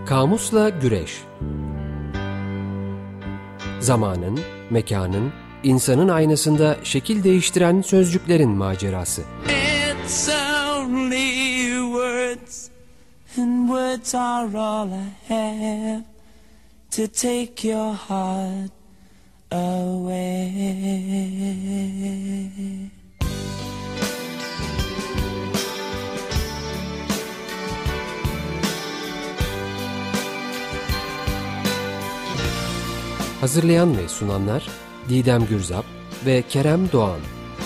Kamusla Güreş. Zamanın, mekanın, insanın aynasında şekil değiştiren sözcüklerin macerası. It's only words, and words are all I have to take your heart away. Hazırlayan ve sunanlar Didem Gürzap ve Kerem Doğan.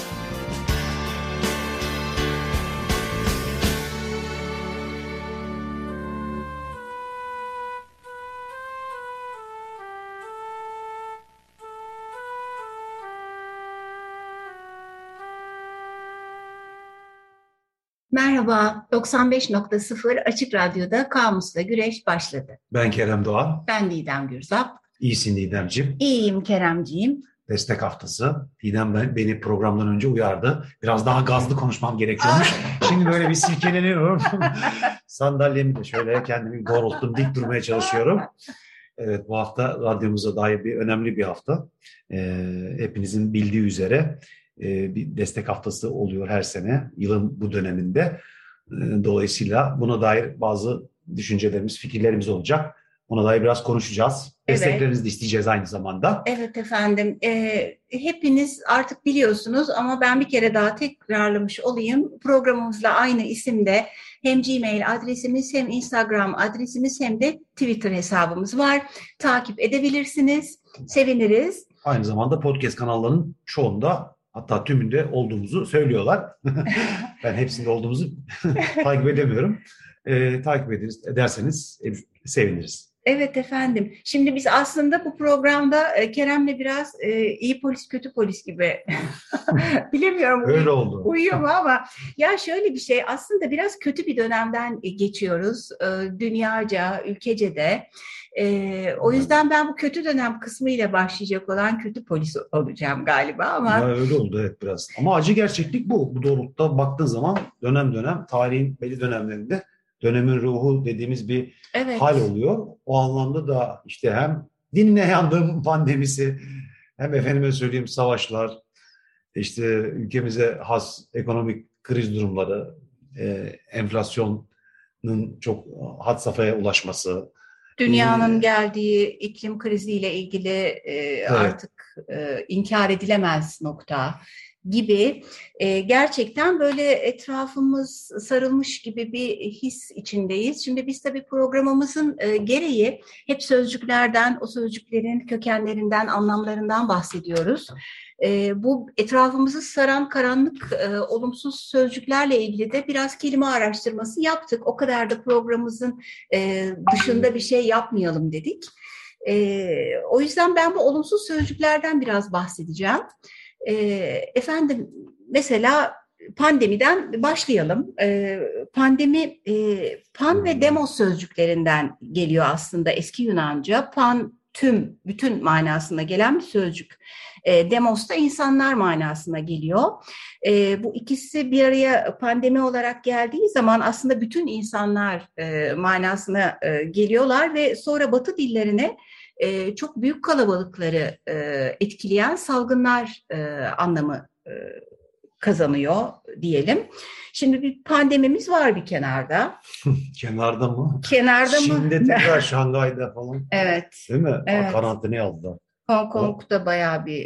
Merhaba, 95.0 Açık Radyo'da Kamusla Güreş başladı. Ben Kerem Doğan. Ben Didem Gürzap. İyisin Didemciğim. İyiyim Keremciğim. Destek haftası. Didem beni programdan önce uyardı. Biraz daha gazlı konuşmam gerekiyormuş. Şimdi böyle bir silkeleniyorum. Sandalyemi de şöyle kendimi doğrulttum, dik durmaya çalışıyorum. Evet, bu hafta radyomuza dair önemli bir hafta. Hepinizin bildiği üzere bir destek haftası oluyor her sene, yılın bu döneminde. Dolayısıyla buna dair bazı düşüncelerimiz, fikirlerimiz olacak. Ona dair biraz konuşacağız. Evet. Desteklerinizi de isteyeceğiz aynı zamanda. Evet efendim. Hepiniz artık biliyorsunuz ama ben bir kere daha tekrarlamış olayım. Programımızla aynı isimde hem Gmail adresimiz hem Instagram adresimiz hem de Twitter hesabımız var. Takip edebilirsiniz. Seviniriz. Aynı zamanda podcast kanallarının çoğunda, hatta tümünde olduğumuzu söylüyorlar. Ben hepsinde olduğumuzu takip edemiyorum. Takip ederseniz seviniriz. Evet efendim. Şimdi biz aslında bu programda Kerem'le biraz iyi polis kötü polis gibi bilemiyorum. Öyle oldu. Uyuyor mu ama ya şöyle bir şey, aslında biraz kötü bir dönemden geçiyoruz. Dünyaca, ülkece de. O yüzden ben bu kötü dönem kısmıyla başlayacak olan kötü polis olacağım galiba ama. Ya öyle oldu evet biraz. Ama acı gerçeklik bu. Bu doğrultuda baktığın zaman dönem dönem tarihin belli dönemlerinde dönemin ruhu dediğimiz bir hal oluyor. O anlamda da işte hem dinine yandım pandemisi, hem efendime söyleyeyim savaşlar, işte ülkemize has ekonomik kriz durumları, enflasyonun çok had safhaya ulaşması. Dünyanın geldiği iklim kriziyle ilgili artık inkar edilemez nokta gibi gerçekten böyle etrafımız sarılmış gibi bir his içindeyiz. Şimdi biz tabii programımızın gereği hep sözcüklerden, o sözcüklerin kökenlerinden, anlamlarından bahsediyoruz. Bu etrafımızı saran karanlık, olumsuz sözcüklerle ilgili de biraz kelime araştırması yaptık. O kadar da programımızın dışında bir şey yapmayalım dedik. O yüzden ben bu olumsuz sözcüklerden biraz bahsedeceğim. Efendim mesela pandemiden başlayalım. Pandemi, pan ve demos sözcüklerinden geliyor aslında eski Yunanca. Pan, tüm, bütün manasına gelen bir sözcük. Demos da insanlar manasına geliyor. Bu ikisi bir araya pandemi olarak geldiği zaman aslında bütün insanlar manasına geliyorlar ve sonra Batı dillerine çok büyük kalabalıkları etkileyen salgınlar anlamı kazanıyor diyelim. Şimdi bir pandemimiz var bir kenarda. Kenarda mı? Kenarda mı? Çin'de tekrar Şangay'da falan. Evet. Değil mi? Evet. Karantinaya aldılar. Hong Kong'da bayağı bir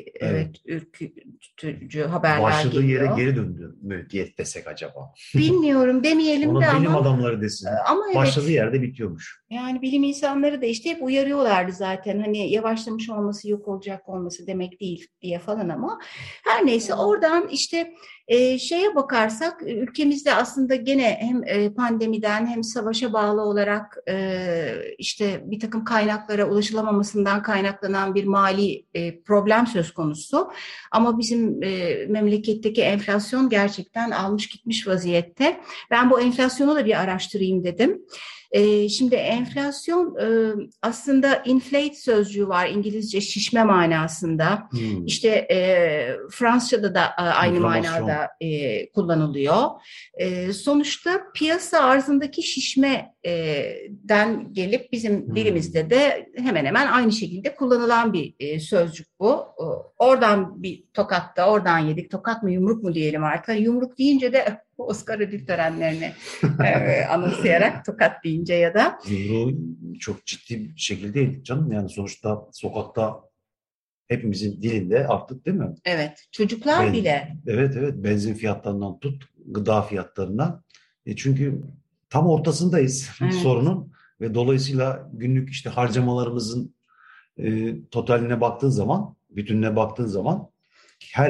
ürkütücü haberler başladığı geliyor. Yere geri döndü mü diye desek acaba? Bilmiyorum, demeyelim onu de ama. bilim adamları desin. Ama evet. Başladığı yerde bitiyormuş. Yani bilim insanları da işte hep uyarıyorlardı zaten. Hani yavaşlamış olması, yok olacak olması demek değil diye falan ama. Her neyse oradan işte şeye bakarsak ülkemizde aslında gene hem pandemiden hem savaşa bağlı olarak işte bir takım kaynaklara ulaşılamamasından kaynaklanan bir mali problem söz konusu. Ama bizim memleketteki enflasyon gerçekten almış gitmiş vaziyette. Ben bu enflasyonu da bir araştırayım dedim. Şimdi enflasyon aslında inflate sözcüğü var İngilizce şişme manasında. İşte Fransızca'da da aynı Enflamasyon. manada kullanılıyor. Sonuçta piyasa arzındaki şişmeden gelip bizim dilimizde de hemen hemen aynı şekilde kullanılan bir sözcük bu. Oradan bir tokat da oradan yedik. Tokat mı yumruk mu diyelim artık. Yumruk deyince de Oscar ödül törenlerini anımsayarak tokat deyince ya da. Yumruğu çok ciddi bir şekilde değil canım. Yani sonuçta sokakta hepimizin dilinde artık değil mi? Evet. Çocuklar bile. Evet. Benzin fiyatlarından tut, gıda fiyatlarından. Çünkü tam ortasındayız sorunun ve dolayısıyla günlük işte harcamalarımızın totaline baktığın zaman, bütününe baktığın zaman her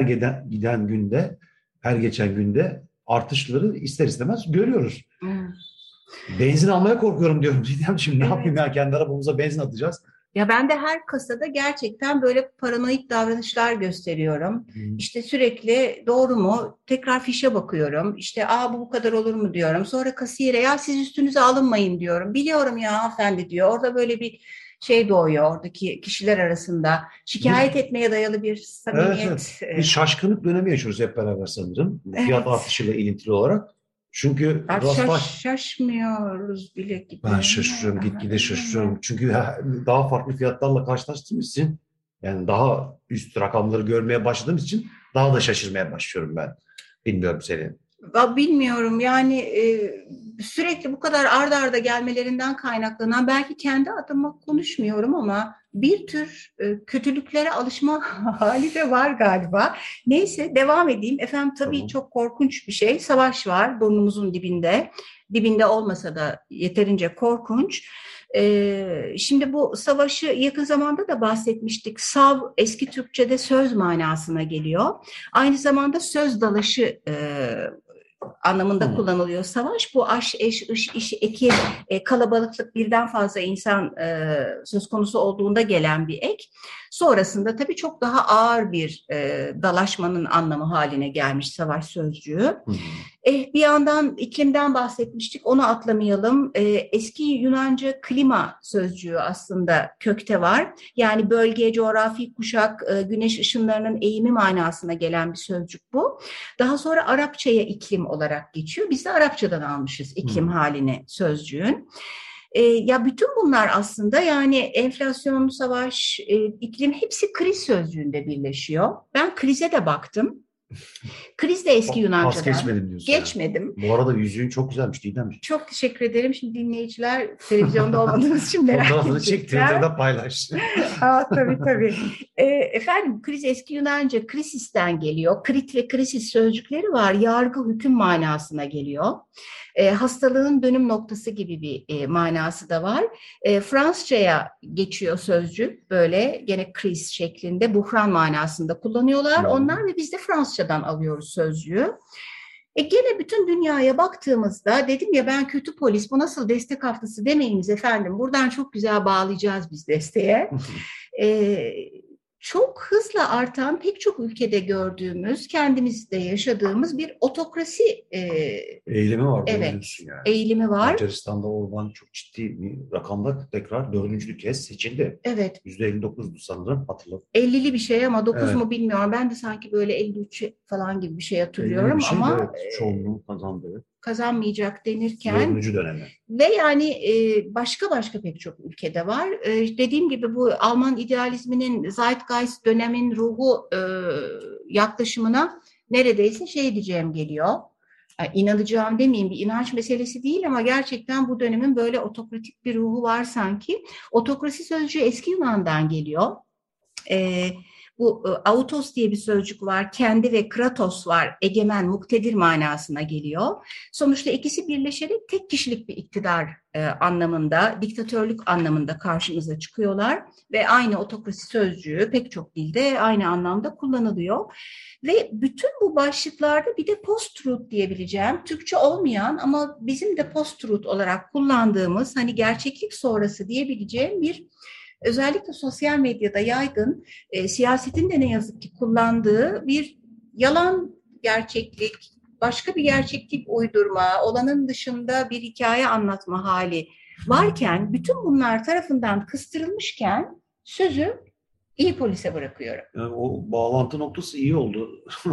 geçen günde artışları ister istemez görüyoruz. Benzin almaya korkuyorum diyorum. Şimdi ne yapayım ya, kendi arabamıza benzin atacağız. Ya ben de her kasada gerçekten böyle paranoid davranışlar gösteriyorum. İşte sürekli doğru mu? Tekrar fişe bakıyorum. İşte bu kadar olur mu diyorum. Sonra kasiyere ya siz üstünüze alınmayın diyorum. Biliyorum ya hanımefendi diyor. Orada böyle bir şey doğuyor oradaki kişiler arasında. Şikayet etmeye dayalı bir samimiyet. Evet. Bir şaşkınlık dönemi yaşıyoruz hep beraber sanırım. Fiyat artışıyla ilintili olarak. Çünkü şaşmıyoruz bile gitgide. Ben şaşırıyorum, gitgide şaşırıyorum. Çünkü daha farklı fiyatlarla karşılaştığımız için, yani daha üst rakamları görmeye başladığımız için daha da şaşırmaya başlıyorum ben. Bilmiyorum seni. Bilmiyorum yani sürekli bu kadar arda arda gelmelerinden kaynaklanan, belki kendi adıma konuşmuyorum ama bir tür kötülüklere alışma hali de var galiba. Neyse devam edeyim. Efendim tabii çok korkunç bir şey. Savaş var burnumuzun dibinde. Dibinde olmasa da yeterince korkunç. Şimdi bu savaşı yakın zamanda da bahsetmiştik. Sav eski Türkçe'de söz manasına geliyor. Aynı zamanda söz dalaşı anlamında kullanılıyor savaş. Bu aş, eş, iş, eki, kalabalıklık, birden fazla insan söz konusu olduğunda gelen bir ek. Sonrasında tabii çok daha ağır bir dalaşmanın anlamı haline gelmiş savaş sözcüğü. Bir yandan iklimden bahsetmiştik, onu atlamayalım. Eski Yunanca klima sözcüğü aslında kökte var. Yani bölge, coğrafi kuşak, güneş ışınlarının eğimi manasına gelen bir sözcük bu. Daha sonra Arapçaya iklim olarak geçiyor. Biz de Arapçadan almışız iklim halini sözcüğün. Ya bütün bunlar aslında yani enflasyon, savaş, iklim hepsi kriz sözcüğünde birleşiyor. Ben krize de baktım. Kriz de eski Yunanca'dan. Pas geçmedim diyorsun. Geçmedim. Bu arada yüzüğün çok güzelmiş Didemciğim. Çok teşekkür ederim. Şimdi dinleyiciler televizyonda olmadığımız için merak edecekler. Fotoğrafını çek, Twitter'da paylaş. Tabii. Efendim kriz eski Yunanca krisisten geliyor. Krit ve krisis sözcükleri var. Yargı, hüküm manasına geliyor. Hastalığın dönüm noktası gibi bir manası da var. Fransızcaya geçiyor sözcük. Böyle gene kriz şeklinde, buhran manasında kullanıyorlar. Onlar ve biz de Fransızcadan alıyoruz sözcüğü. Gene bütün dünyaya baktığımızda dedim ya, ben kötü polis, bu nasıl destek haftası demeyiniz efendim. Buradan çok güzel bağlayacağız biz desteğe. Çok hızla artan, pek çok ülkede gördüğümüz, kendimizde yaşadığımız bir otokrasi eğilimi var. Evet, yani. Eğilimi var. Macaristan'da Orban çok ciddi bir rakamda tekrar 4. kez seçildi. Evet. %59'du sanırım, hatırladım. 50'li bir şey ama 9 mu bilmiyorum. Ben de sanki böyle 53 falan gibi bir şey hatırlıyorum ama evet, çoğunluğu kazandı. Kazanmayacak denirken 4. dönemi. Ve yani başka pek çok ülkede var. Dediğim gibi bu Alman idealizminin Zeitgeist dönemin ruhu yaklaşımına neredeyse şey diyeceğim geliyor. Yani inanacağım demeyeyim, bir inanç meselesi değil ama gerçekten bu dönemin böyle otokratik bir ruhu var sanki. Otokrasi sözcüğü eski Yunan'dan geliyor. Bu autos diye bir sözcük var, kendi, ve kratos var, egemen, muktedir manasına geliyor. Sonuçta ikisi birleşerek tek kişilik bir iktidar anlamında, diktatörlük anlamında karşımıza çıkıyorlar ve aynı otokrasi sözcüğü pek çok dilde aynı anlamda kullanılıyor. Ve bütün bu başlıklarda bir de post-truth diyebileceğim, Türkçe olmayan ama bizim de post-truth olarak kullandığımız, hani gerçeklik sonrası diyebileceğim bir, özellikle sosyal medyada yaygın, siyasetin de ne yazık ki kullandığı bir yalan gerçeklik, başka bir gerçeklik uydurma, olanın dışında bir hikaye anlatma hali varken, bütün bunlar tarafından kıstırılmışken sözü iyi polise bırakıyorum. Yani o bağlantı noktası iyi oldu.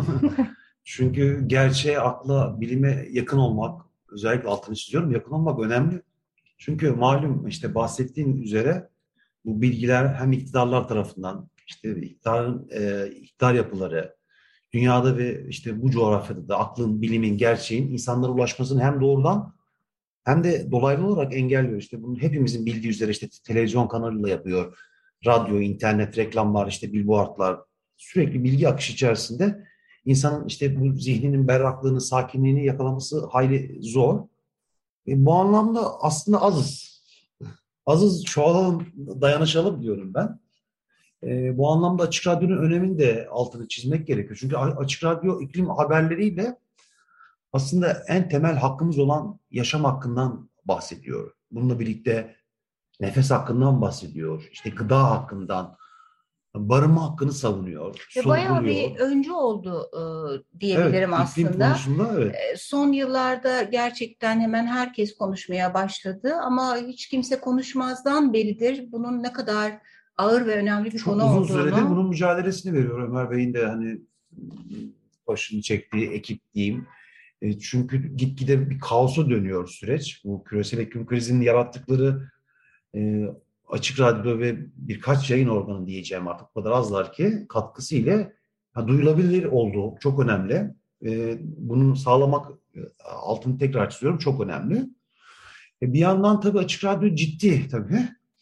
Çünkü gerçeğe, akla, bilime yakın olmak, özellikle altını çiziyorum, yakın olmak önemli. Çünkü malum işte bahsettiğim üzere bu bilgiler hem iktidarlar tarafından, işte iktidar yapıları, dünyada ve işte bu coğrafyada da aklın, bilimin, gerçeğin insanlara ulaşmasını hem doğrudan hem de dolaylı olarak engelliyor. İşte bunu hepimizin bildiği üzere işte televizyon kanalıyla yapıyor. Radyo, internet, reklamlar, işte billboardlar, sürekli bilgi akışı içerisinde insanın işte bu zihninin berraklığını, sakinliğini yakalaması hayli zor. Bu anlamda aslında azız. Azız, çoğalalım, dayanışalım diyorum ben. Bu anlamda Açık Radyo'nun önemini de altını çizmek gerekiyor. Çünkü Açık Radyo iklim haberleriyle aslında en temel hakkımız olan yaşam hakkından bahsediyor. Bununla birlikte nefes hakkından bahsediyor. İşte gıda hakkından, barınma hakkını savunuyor, Ve bayağı bir sorguluyor. öncü oldu diyebilirim Evet, iklim aslında. konusunda evet. Son yıllarda gerçekten hemen herkes konuşmaya başladı ama hiç kimse konuşmazdan beridir bunun ne kadar ağır ve önemli bir Çok konu uzun olduğunu. süredir bunun mücadelesini veriyor Ömer Bey'in de hani başını çektiği ekip diyeyim. Çünkü gitgide bir kaosa dönüyor süreç. Bu küresel iklim krizinin yarattıkları Açık Radyo ve birkaç yayın organı diyeceğim artık o kadar azlar ki katkısı ile duyulabilir olduğu çok önemli. Bunu sağlamak, altını tekrar çiziyorum, çok önemli. Bir yandan tabii Açık Radyo ciddi tabii.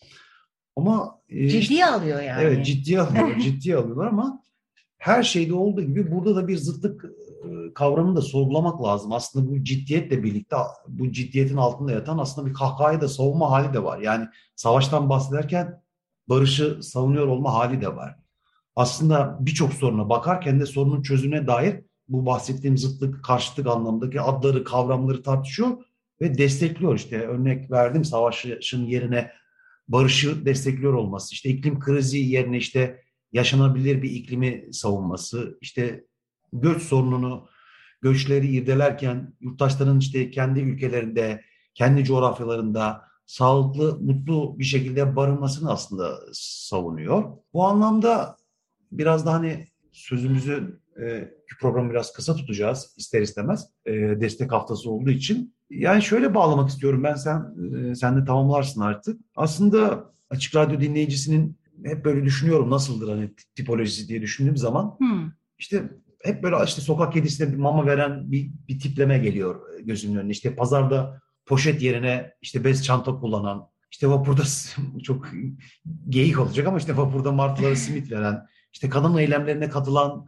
Ama Ciddiye alıyor yani. evet, ciddiye alıyorlar, ciddiye alıyorlar ama her şeyde olduğu gibi burada da bir zıtlık kavramını da sorgulamak lazım. Aslında bu ciddiyetle birlikte bu ciddiyetin altında yatan aslında bir kahkahayı da savunma hali de var. Yani savaştan bahsederken barışı savunuyor olma hali de var. Aslında birçok soruna bakarken de sorunun çözümüne dair bu bahsettiğim zıtlık, karşıtlık anlamındaki adları, kavramları tartışıyor ve destekliyor. İşte örnek verdim, savaşın yerine barışı destekliyor olması, işte iklim krizi yerine işte yaşanabilir bir iklimi savunması, işte göç sorununu, göçleri irdelerken yurttaşların işte kendi ülkelerinde, kendi coğrafyalarında sağlıklı, mutlu bir şekilde barınmasını aslında savunuyor. Bu anlamda biraz da hani sözümüzü programı biraz kısa tutacağız ister istemez. Destek haftası olduğu için. Yani şöyle bağlamak istiyorum ben, sen de tamamlarsın artık. Aslında Açık Radyo dinleyicisinin hep böyle düşünüyorum nasıldır hani tipolojisi diye düşündüğüm zaman işte hep böyle işte sokak kedisine bir mama veren bir tipleme geliyor gözümün önüne. İşte pazarda poşet yerine işte bez çanta kullanan, işte vapurda çok geyik olacak ama işte vapurda martılara simit veren, işte kadın eylemlerine katılan,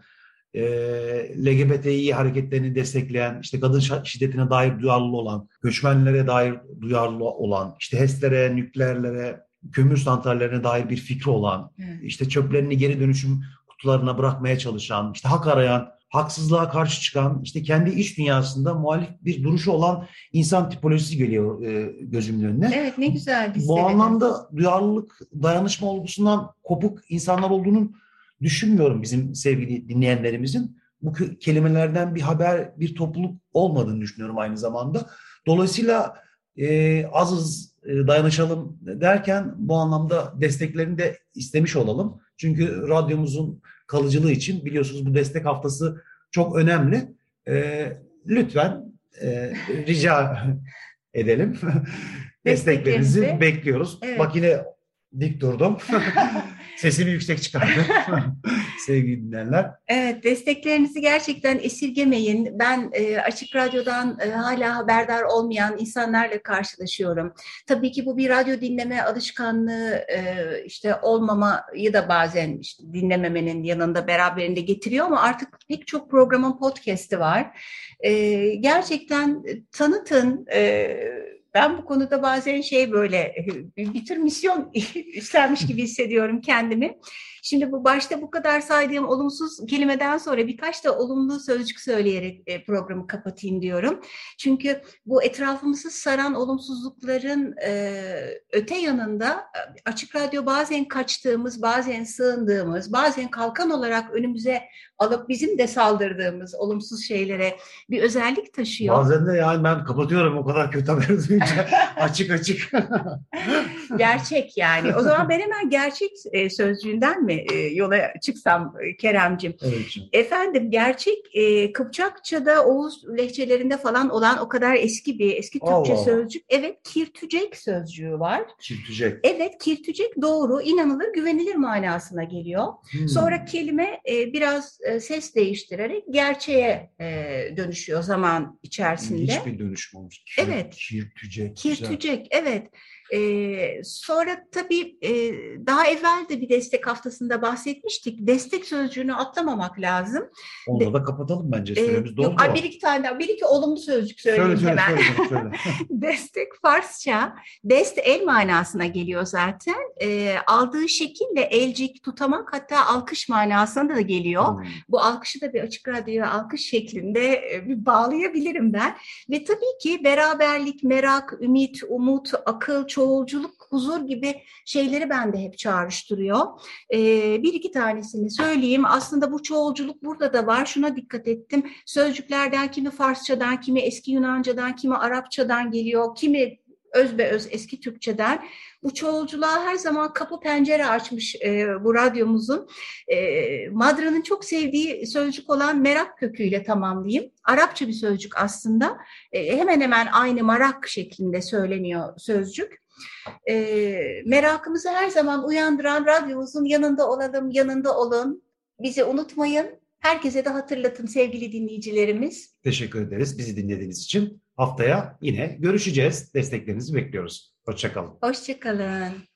LGBTİ hareketlerini destekleyen, işte kadın şiddetine dair duyarlı olan, göçmenlere dair duyarlı olan, işte HES'lere, nükleerlere, kömür santrallerine dair bir fikri olan, işte çöplerini geri dönüşüm kutularına bırakmaya çalışan, işte hak arayan, haksızlığa karşı çıkan, işte kendi iç dünyasında muhalif bir duruşu olan insan tipolojisi geliyor gözümün önüne. Evet, ne güzel. Bu anlamda duyarlılık, dayanışma olgusundan kopuk insanlar olduğunun düşünmüyorum bizim sevgili dinleyenlerimizin. Bu kelimelerden bir haber, bir topluluk olmadığını düşünüyorum aynı zamanda. Dolayısıyla azız, dayanışalım derken bu anlamda desteklerini de istemiş olalım. Çünkü radyomuzun kalıcılığı için biliyorsunuz bu destek haftası çok önemli. Lütfen rica edelim. Desteklerinizi bekliyoruz. Evet. Bak yine dik durdum. Sesimi yüksek çıkardım. Sevgili dinleyenler. Evet, desteklerinizi gerçekten esirgemeyin. Ben Açık Radyo'dan hala haberdar olmayan insanlarla karşılaşıyorum. Tabii ki bu bir radyo dinleme alışkanlığı işte olmamayı da bazen işte dinlememenin yanında beraberinde getiriyor ama artık pek çok programın podcast'i var. Gerçekten tanıtın. Ben bu konuda bazen böyle bir tür misyon üstlenmiş gibi hissediyorum kendimi. Şimdi bu başta bu kadar saydığım olumsuz kelimeden sonra birkaç da olumlu sözcük söyleyerek programı kapatayım diyorum. Çünkü bu etrafımızı saran olumsuzlukların öte yanında Açık Radyo bazen kaçtığımız, bazen sığındığımız, bazen kalkan olarak önümüze alıp bizim de saldırdığımız olumsuz şeylere bir özellik taşıyor. Bazen de yani ben kapatıyorum o kadar kötü haberi duyunca açık. Gerçek yani. O zaman ben hemen gerçek sözcüğünden mi yola çıksam Keremcim? Evet. Efendim gerçek Kıpçakça'da, Oğuz lehçelerinde falan olan o kadar eski Türkçe Allah. sözcük. Evet, kirtücek sözcüğü var. Kirtücek. Evet, kirtücek doğru, inanılır, güvenilir manasına geliyor. Sonra kelime biraz ses değiştirerek gerçeğe dönüşüyor zaman içerisinde. Hiçbir dönüşüm olmuş. Evet. Kirtücek. Kirtücek, evet. Sonra tabii daha evvel de bir destek haftasında bahsetmiştik. Destek sözcüğünü atlamamak lazım. Onu da kapatalım bence. Süremiz doldu. Yok, bir iki tane daha, bir iki olumlu sözcük söyleyeyim hemen. Söyle. Destek Farsça, dest el manasına geliyor zaten. Aldığı şekille elcik, tutamak, hatta alkış manasına da geliyor. Bu alkışı da bir Açık Radyo'ya alkış şeklinde bir bağlayabilirim ben. Ve tabii ki beraberlik, merak, ümit, umut, akıl, çoğulculuk, huzur gibi şeyleri bende hep çağrıştırıyor. Bir iki tanesini söyleyeyim. Aslında bu çoğulculuk burada da var. Şuna dikkat ettim. Sözcüklerden kimi Farsçadan, kimi eski Yunancadan, kimi Arapçadan geliyor, kimi özbeöz eski Türkçeden. Bu çoğulculuğa her zaman kapı pencere açmış bu radyomuzun. Madra'nın çok sevdiği sözcük olan merak köküyle tamamlayayım. Arapça bir sözcük aslında. Hemen hemen aynı marak şeklinde söyleniyor sözcük. Merakımızı her zaman uyandıran radyomuzun yanında olalım, yanında olun. Bizi unutmayın. Herkese de hatırlatın sevgili dinleyicilerimiz. Teşekkür ederiz bizi dinlediğiniz için. Haftaya yine görüşeceğiz. Desteklerinizi bekliyoruz. Hoşça kalın. Hoşça kalın.